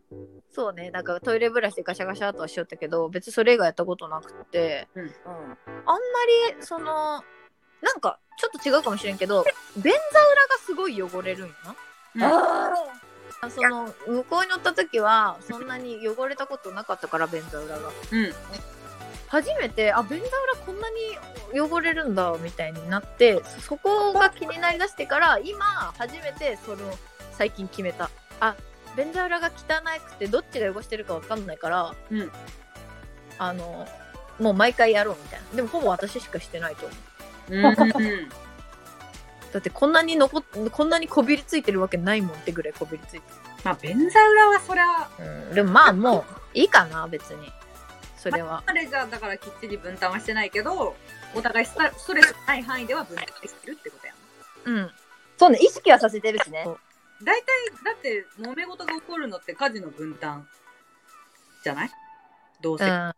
そうね、なんかトイレブラシでガシャガシャとはしよったけど、別にそれ以外やったことなくて、 うん。 あんまりそのなんかちょっと違うかもしれんけど、便座裏がすごい汚れるんよな。 あその向こうに乗った時はそんなに汚れたことなかったから、便座裏がうん。 初めて、あ、便座裏こんなに汚れるんだみたいになって、そこが気になりだしてから、今初めてそれを最近決めた。あ、便座裏が汚くてどっちが汚してるか分かんないから、 うん。 あのもう毎回やろうみたいな。でもほぼ私しかしてないと思う。 うん。 だってこんなに残っこんなにこびりついてるわけないもんってぐらいこびりついてまあ、便座裏はそりゃ、 る。うん、でもまあもういいかな、別にそれは。 あれじゃだからきっちり分担はしてないけど、お互いストストレスない範囲では分担してるってことやん。 うん。 そうね、意識はさせてるしね。 大体、だって、揉め事が起こるのって家事の分担じゃないどうせ。 うん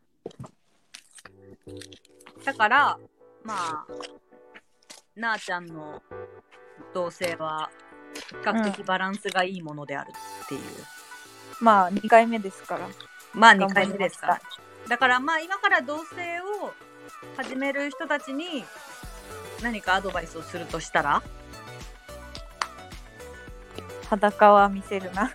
だから、まあ、なあちゃんの同棲は、比較的バランスがいいものであるっていう。 まあにかいめですから。 まあにかいめですから。だからまあ今から同棲を始める人たちに何かアドバイスをするとしたら裸は見せるな。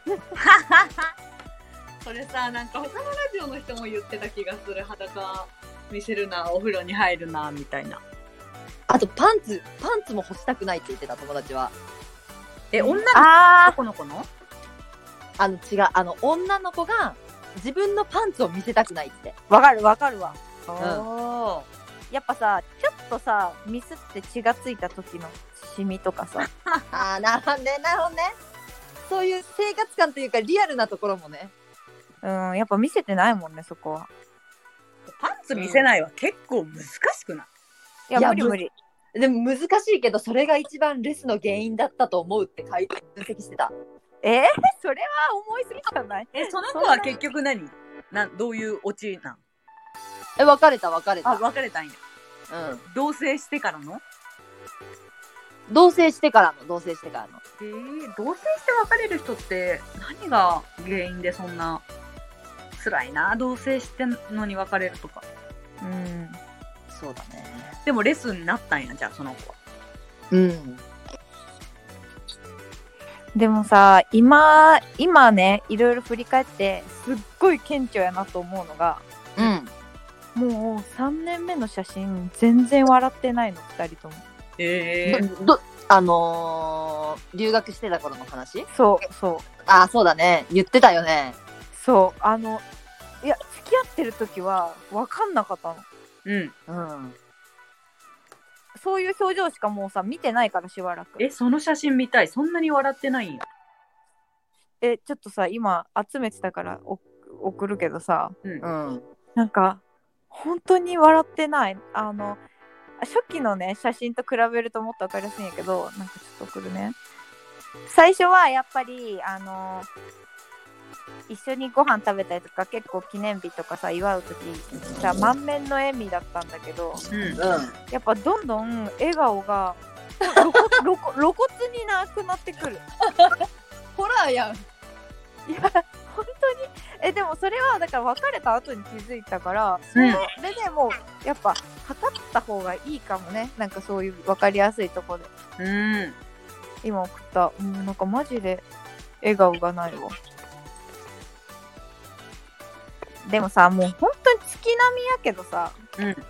それさ、なんか他のラジオの人も言ってた気がする。裸見せるな、お風呂に入るな、みたいな。 あとパンツ、パンツも干したくないって言ってた友達は。 え、女のあ子の子のあの違う、あの女の子が自分のパンツを見せたくないって。 ー、わかるわかるわ。 おー。 やっぱさ、ちょっとさ、ミスって血がついた時のシミとかさ。 ああ、なるほどね、なるほどね。そういう生活感というかリアルなところもね。 うん、やっぱ見せてないもんね、そこは。 パンツ見せないは結構難しくない？ いや、 いや無理無理。 でも難しいけど、それが一番レスの原因だったと思うって書いて分析してた。 えー、それは思いすぎじゃない？ え、その子は結局何などういうオチなん？ え、別れた別れた。 あ、別れたんや。 うん。 同棲してからの？ 同棲してからの、同棲してからの。 えー、同棲して別れる人って何が原因でそんな辛いな、同棲してんのに別れるとか。 うん。 そうだね。 でもレッスンになったんや、じゃあその子は。 うん。 でもさ、今、今ね、いろいろ振り返って、すっごい顕著やなと思うのが、 うん。 もうさんねんめの写真、全然笑ってないの、ふたりとも。 えー、 ど、ど、あのー、留学してた頃の話？ そう、そう、 ああ、そうだね。言ってたよね。 そう。あの、いや、付き合ってる時は分かんなかったの。 うん。 うん。 そういう表情しかもうさ、見てないからしばらく。 え、その写真見たい。そんなに笑ってないんや。 え、ちょっとさ、今集めてたからお送るけどさ、 うん。 うん。 なんか、本当に笑ってない。あの、初期のね、写真と比べるともっと分かりやすいんやけど、なんかちょっと送るね。最初はやっぱり、あの、一緒にご飯食べたりとか、結構記念日とかさ、祝う時さ、満面の笑みだったんだけど、 うん。 うん。 やっぱどんどん笑顔が露骨露骨露骨になくなってくる。 ホラーやん。 いや本当にえでもそれはだから別れた後に気づいたから、そうんれでもうやっぱ測った方がいいかもね。なんかそういう分かりやすいとこでうん。 今送った、うん、なんかマジで笑顔がないわ。でもさ、もう本当に月並みやけどさ、 うん。 うん。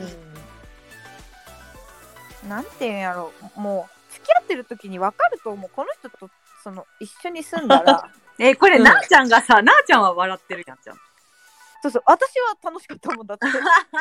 なんていうんやろ、もう付き合ってる時に分かると思う。この人とその一緒に住んだらえ、これ、 うんなあちゃんがさ、なあちゃんは笑ってるやんじゃん。 そうそう、私は楽しかったもんだって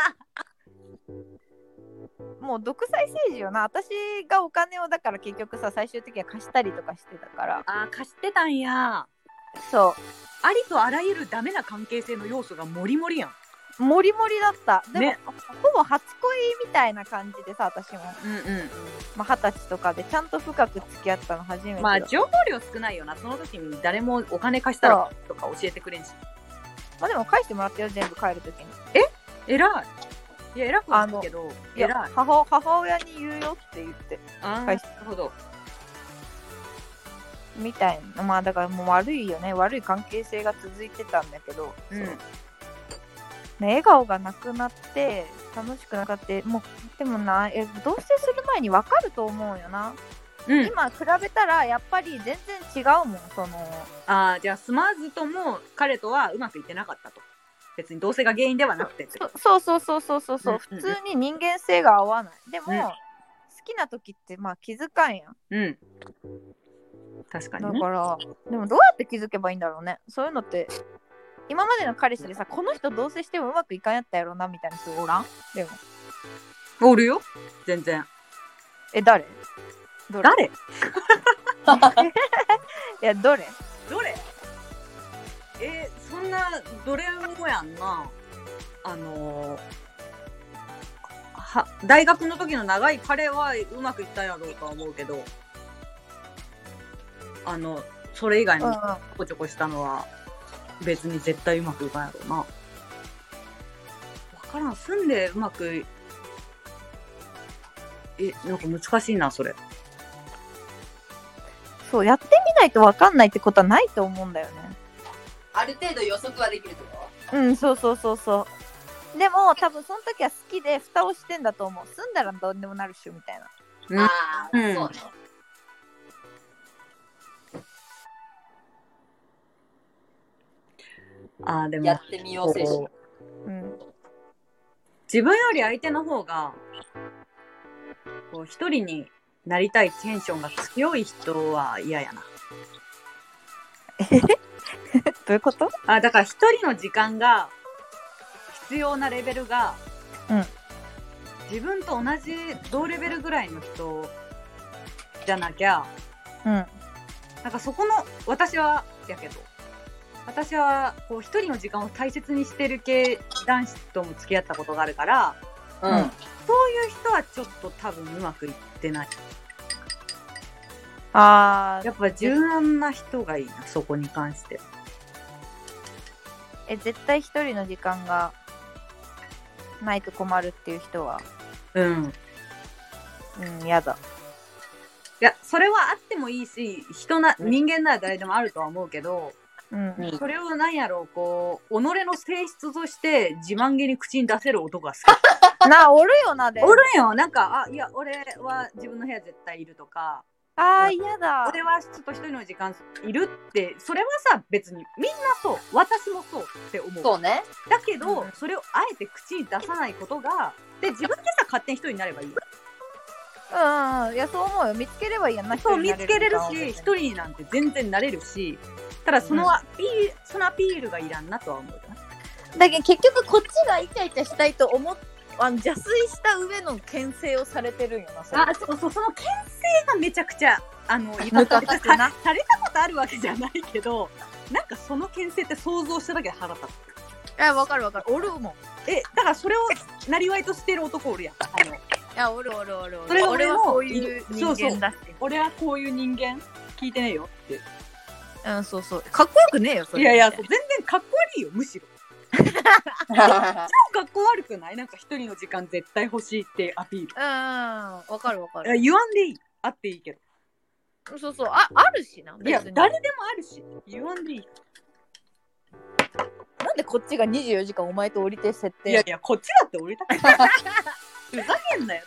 もう独裁政治よな。私がお金をだから結局さ、最終的には貸したりとかしてたから。 あー、貸してたんや。 そありとあらゆるダメな関係性の要素がモリモリやん。 う、モリモリだった。でも、 ねほぼ初恋みたいな感じでさ、私もうんうまあ二十歳とかでちゃんと深く付き合ったの初めてん。 だ。 まあ、情報量少ないよな。その時に誰もお金貸したらとか教えてくれんし。 まあでも返してもらったよ、全部帰る時に。 えらい。いや、偉くはないけど、 いや偉い。 母母親に言うよって言って。 あー、な返しるほど。 みたいな。まあだからもう悪いよね。悪い関係性が続いてたんだけど、 うんそうね、笑顔がなくなって楽しくなかって、もうでもな、え同棲する前に分かると思うよな、 うん、 今比べたらやっぱり全然違うもん。そのああ、じゃあ住まずとも彼とはうまくいってなかったと。別に同性が原因ではなくてってこと。 そそうそうそうそうそう、 うんうんうん、 普通に人間性が合わない。でも、 うん、 好きな時ってまあ気づかんやん。 うん。確かにね。 だからでもどうやって気づけばいいんだろうね。そういうのって今までの彼氏でさ、この人同棲してもうまくいかんやったやろなみたいな人おらん？でもおるよ全然。 え誰？どれ？ 誰？ いやどれ？ どれ？えー、そんなどれもやんな。あのー、は大学の時の長い彼はうまくいったやろうとは思うけど、あのそれ以外のちょこちょこしたのは別に絶対うまくいかんやろうな。わからん。住んでうまくえなんか難しいなそれ。 そうやってみないと分かんないってことはないと思うんだよね。 ある程度予測はできるとこうん、そうそうそうそう。でも多分その時は好きで蓋をしてんだと思う。住んだらどうにでもなるっしょみたいな。 うん、 ああ、 うん、 そうね。 あでもやってみよう精神。 うん、 自分より相手の方がこう一人になりたいテンションが強い人は嫌やな。 どういうこと？ あ、だから一人の時間が必要なレベルが、 うん、 自分と同じ同レベルぐらいの人じゃなきゃ、 うん、 なんかそこの私はやけど私はこう一人の時間を大切にしてる系男子とも付き合ったことがあるから、 うん、 そういう人はちょっと多分うまくいってない。 あーやっぱ柔軟な人がいいな、そこに関して。 え絶対一人の時間がないと困るっていう人はうんうんやだ。 いやそれはあってもいいし、人な人間なら誰でもあるとは思うけど、 うんうん、 それを何やろう、こう己の性質として自慢げに口に出せる男が好き。 なおるよなでおるよ。なんかあいや俺は自分の部屋絶対いるとか、 あー嫌だ。 俺はちょっと一人の時間いるって、それはさ別にみんなそう、私もそうって思う。 そうね。 だけど、 うん、 それをあえて口に出さないことがで、自分でさ勝手に一人になればいいよ。 うんうん、いやそう思うよ。見つければいいやんな。 そう見つけれるし、一人になんて全然なれるし、ただそのアピール、うん、そのアピールがいらんなとは思うよね。 だけど結局こっちがイチャイチャしたいと思っあの邪推した上の牽制をされてるんよな。そあ、そうそう、その牽制がめちゃくちゃあの今されたことあるわけじゃないけど、なんかその牽制って想像しただけで腹立つ。 いやわかるわかる。おるもん。 え、だからそれをなりわいとしてる男おるやん。あのいやおるおるおるおる。 それ俺はこういう人間だし。 俺はこういう人間聞いてねえよって。 うんそうそう。かっこよくねえよそれ。 いやいや、全然かっこ悪いよむしろ。超かっこ悪くない？なんか一人の時間絶対欲しいってアピール。 うんわかるわかる。 言わんでいい。あっていいけど。 そうそう、ああるしな。 いや誰でもあるし言わんでいい。 なんでこっちがにじゅうよじかんお前と降りて設定。 いやいやこっちだって降りたくない。ふざけんなよ。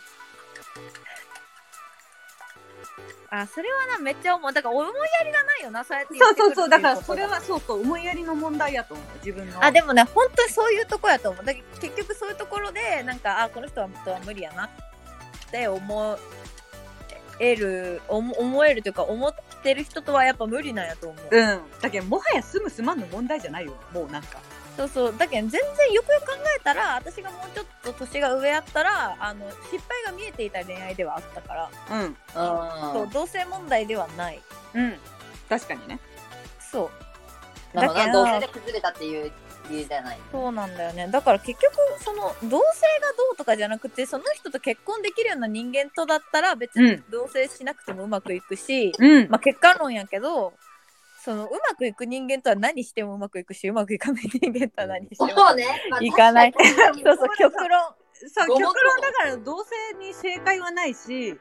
あ、それはなめっちゃ思う。だから思いやりがないよな、そうやって言そうってくるそうそう、だからそれはそうそう思いやりの問題やと思う自分の。 あ、でもね本当にそういうとこやと思う。だけど結局そういうところでなんかあこの人はとは無理やなって思える思思えるというか思ってる人とはやっぱ無理なんやと思う。 うん。だけどもはや住む住まんの問題じゃないよ。もうなんか。 そうそう。だけど全然よくよく考えたら私がもうちょっと年が上やったらあの失敗が見えていた恋愛ではあったから。 うん。 そう同性問題ではない。 うん。確かにね。 そう。 だから同性で崩れたっていう理由じゃない。 そうなんだよね。だから結局その同性がどうとかじゃなくてその人と結婚できるような人間とだったら別に同棲しなくてもうまくいくし、 うん、 まあ結果論やけどそのうまくいく人間とは何してもうまくいくしうまくいかない人間とは何してもそうね、まあ、 いかない。そうそう極論。 そう極論だから同性に正解はないし、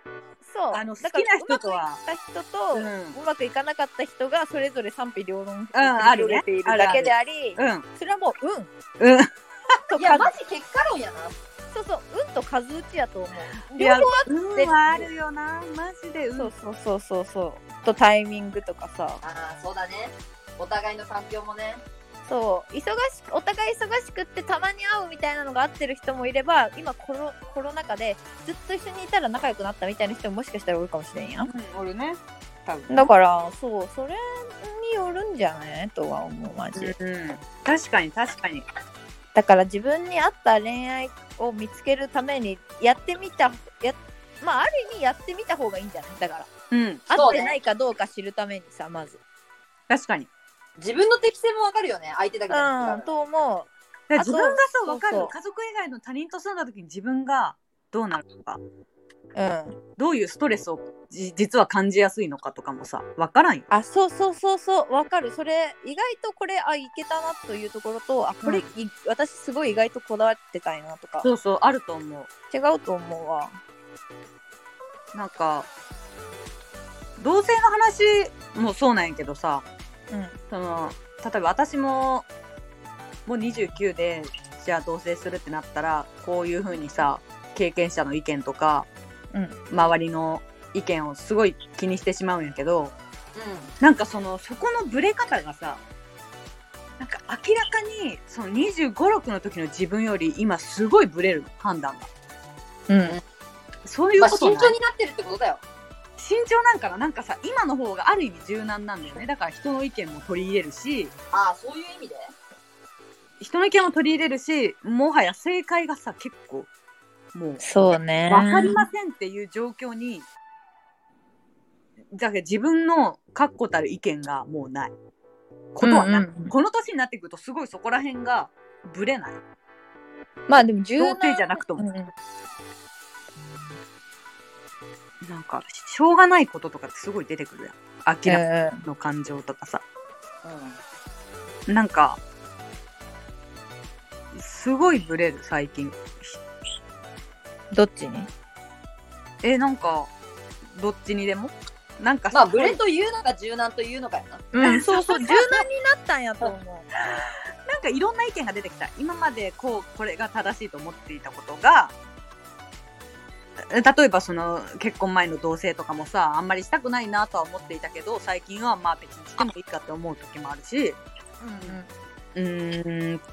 そうあのだから好きな人とはうまくいった人と、 うんうまくいかなかった人がそれぞれ賛否両論あるねれているだけであり、 うんそれはもう運うんといや、 数マジ結果論やな。 そうそう運と数打ちやと思う。 いや両方運はあるよなマジで運そうそうそうそうそうとタイミングとかさ、 ああ、そうだね。お互いの環境もね。 そう忙しくお互い忙しくってたまに会うみたいなのが合ってる人もいれば、今コロコロナ禍でずっと一緒にいたら仲良くなったみたいな人ももしかしたらおるかもしれんやん。 うんおるね多分だからそうそれによるんじゃねとは思うマジ、 うん確かに確かにだから自分に合った恋愛を見つけるためにやってみたやまあある意味やってみた方がいいんじゃないだからうん合ってないかどうか知るためにさまず確かに自分の適性もわかるよね。相手だけじゃなくて。 うんと思う。 だから自分がさあと分かるそうそう家族以外の他人と住んだ時に自分がどうなるのかうんどういうストレスをじ実は感じやすいのかとかもさ分からんよあそうそうそうそうわかる。それ意外とこれあいけたなというところとあこれ、 うんい私すごい意外とこだわってたいなとかそうそうあると思う違うと思うわ。 なんか同性の話もそうなんやけどさうんその例えば私ももうにじゅうきゅうでじゃあ同棲するってなったらこういう風にさ経験者の意見とか、 うん周りの意見をすごい気にしてしまうんやけどうなんかそのそこのブレ方がさなんか明らかにそのにじゅうご、ろくの時の自分より今すごいブレるの判断がうんそういん。まあ、 うことない、 慎重になってるってことだよ。 慎重なんかななんかさ今の方がある意味柔軟なんだよねだから人の意見も取り入れるしああ、そういう意味で。 人の意見も取り入れるしもはや正解がさ結構もうそうね分かりませんっていう状況にだから自分の確固たる意見がもうないことはな、 うんうんうんこの年になってくるとすごいそこら辺がブレないまあでも柔軟童貞じゃなくとも、 うんうんなんかしょうがないこととかってすごい出てくるやん明らかうんの感情とかさうなんかすごいブレる最近どっちにえなんかどっちにでもなんかん。まあ、ブレというのか柔軟というのかやな。 うんそうそう柔軟になったんやと思う。 なんかいろんな意見が出てきた今までこうこれが正しいと思っていたことが例えばその結婚前の同棲とかもさあんまりしたくないなとは思っていたけど最近はまあ別にしてもいいかって思う時もあるしうんうんうーん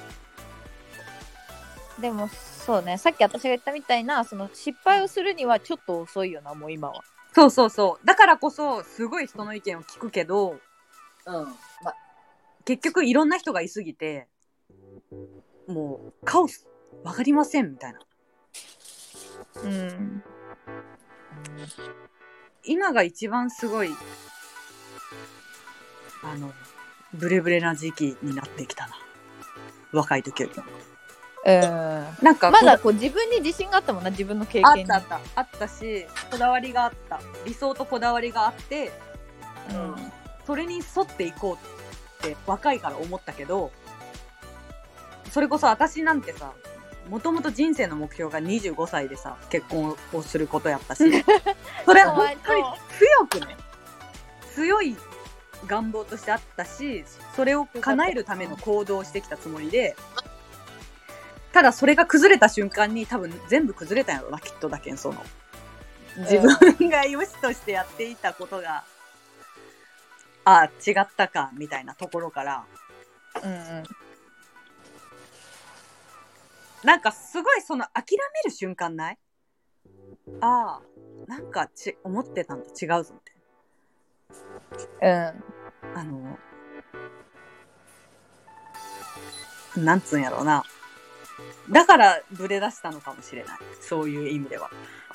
でもそうねさっき私が言ったみたいなその失敗をするにはちょっと遅いよなもう今は。 そうそうそうだからこそすごい人の意見を聞くけどうん。まあ、 結局いろんな人がいすぎてもうカオスわかりませんみたいなうん今が一番すごいあのブレブレな時期になってきたな若い時よりもうんなんかまだこう自分に自信があったもんな自分の経験に。 あったあったあったしこだわりがあった理想とこだわりがあってうんそれに沿っていこうって若いから思ったけどそれこそ私なんてさもともと人生の目標がにじゅうごさいでさ結婚をすることやったしそれは本当に強くね強い願望としてあったしそれを叶えるための行動をしてきたつもりでただそれが崩れた瞬間に多分全部崩れたんやろなきっとだけんその自分が良しとしてやっていたことがああ違ったかみたいなところからうんうんなんかすごいその諦める瞬間ないああなんかち思ってたんと違うぞってうんあのなんつうんやろうなだからブレ出したのかもしれないそういう意味では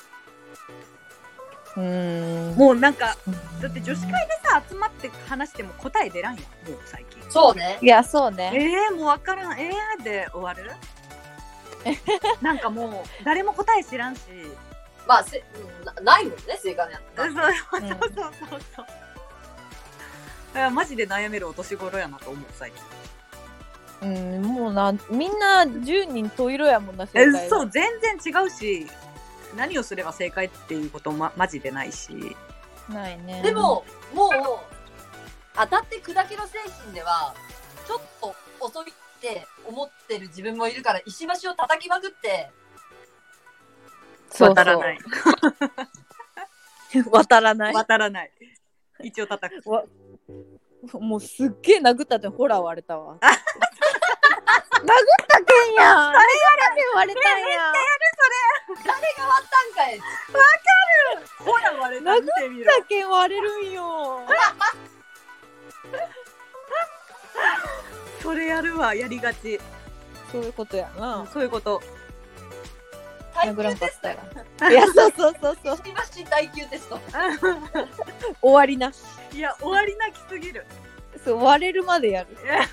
うんもうなんかだって女子会でさ集まって話しても答え出らんやんもう最近そうね。 いやそうねえー、もうわからんえーで終わるなんかもう誰も答え知らんしまあ、せうんなないもんね、正解のやそうそうそうそうそうそうだからマジで悩めるお年頃やなと思う最近うんもうなみんなじゅうにん十色やもんな正え解はそう全然違うし何をすれば正解っていうことまマジでないし。 ないね。 でももう当たって砕けろ精神ではちょっと遅いって思ってる自分もいるから石橋を叩きまくってそうそう渡らない。 渡らない。 渡らない。一応叩く。 わもうすっげえ殴ったってほら割れたわ。殴ったけんや。あれがけん割れたんや。 誰が割ったんかい。 ほら割れた。見てみろ。 殴ったけん割れるんよ。 それやるわ、やりがち。 そういうことやな。 そういうこと。 耐殴ら久テストんかったら。いや、そうそうそうそう。 石橋耐久テスト。 終わりなし。 いや、終わりなきすぎる。 そう、割れるまでやる。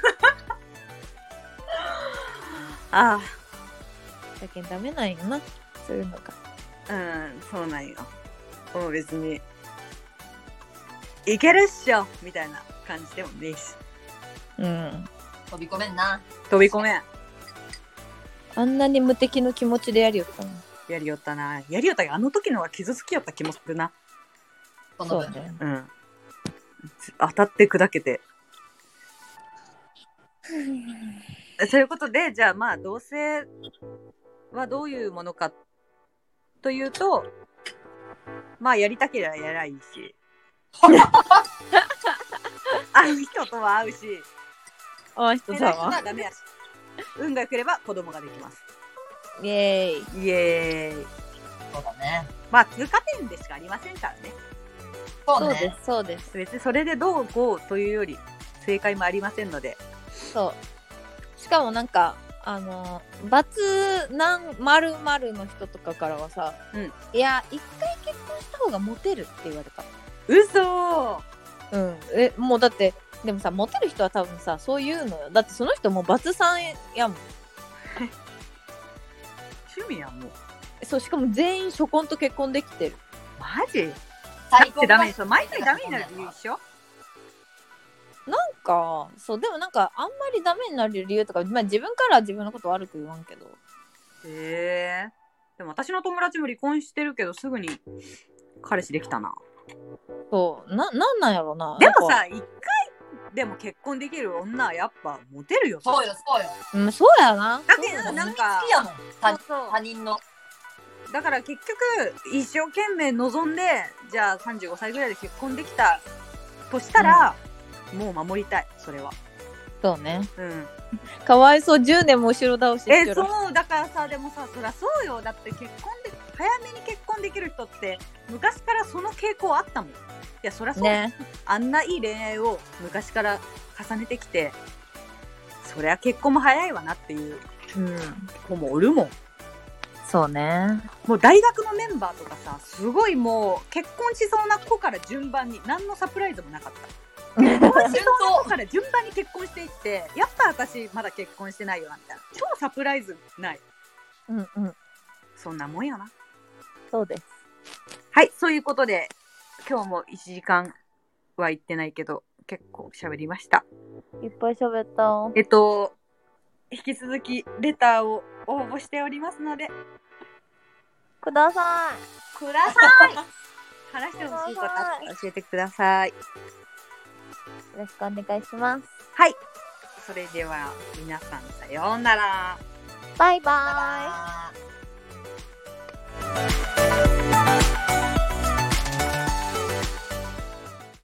あだけんダメなんよな。そういうのが。 あ、うん、そうなんよ。もう別に、いけるっしょみたいな感じでもねえし。 うん。 飛び込めんな。 飛び込めん。 あんなに無敵の気持ちでやりよったの。 やりよったな。やりよったが、あの時のは傷つきよった気もするな。 この分。 そうね。 うん。当たって砕けて。そういうことで、じゃあまあ、同性はどういうものかというと、まあ、やりたければやらいいし。会う人とは会うし。 あの人偉い人さはダメやし。運が良ければ子供ができます。 イエーイ。 イエーイ。 そうだね。 まあ、通過点でしかありませんからね。 そうね。 そうです、そうです。 別にそれでどうこうというより、正解もありませんので。 そう。しかもなんか、あの、バツ何〇〇の人とかからはさ、 うん。 いや、一回結婚した方がモテるって言われた。 嘘うん。え、もうだって、でもさ、モテる人は多分さ、そういうのよ。だってその人もうバツさんやもん。 趣味やもう。 そう、しかも全員初婚と結婚できてる。 マジ最ってダメでしょ。毎回ダメになる理由でしょ。 なんか、そう、でもなんか、あんまりダメになる理由とか、まあ自分からは自分のこと悪く言わんけど。 へえ。でも私の友達も離婚してるけど、すぐに彼氏できたな。 そう、な、なんなんやろな。 でもなんか、 さ、一回でも結婚できる女はやっぱモテるよ。 そうよ、そうよ。 うん、そうやな。 だけどそうやなんか好きやもん。他そうそう他人の。 だから結局、一生懸命望んで、じゃあさんじゅうごさいぐらいで結婚できたとしたら、もう守りたい、それは。 そうね。 うん。 かわいそう、じゅうねんも後ろ倒ししてえ、 る。 そう、だからさ、でもさ、そりゃそうよ。だって結婚で、早めに結婚できる人って、昔からその傾向あったもん。いや、そりゃそう。 ね。 あんないい恋愛を昔から重ねてきて、そりゃ結婚も早いわなっていううん。 子もおるもん。 そうね。 もう大学のメンバーとかさ、すごいもう結婚しそうな子から順番に、何のサプライズもなかった。結婚しそうな子から順番に結婚していって、やっぱ私まだ結婚してないよなみたいな。超サプライズない。 うんうん。 そんなもんやな。 そうです。 はい、そういうことで、今日もいちじかんは行ってないけど、結構喋りました。 いっぱい喋った。 えっと、引き続きレターを応募しておりますので、 ください。 ください。 話してほしいことあったら教えてください。 よろしくお願いします。 はい。それでは皆さんさようなら。 バイバーイ。 バイバイ。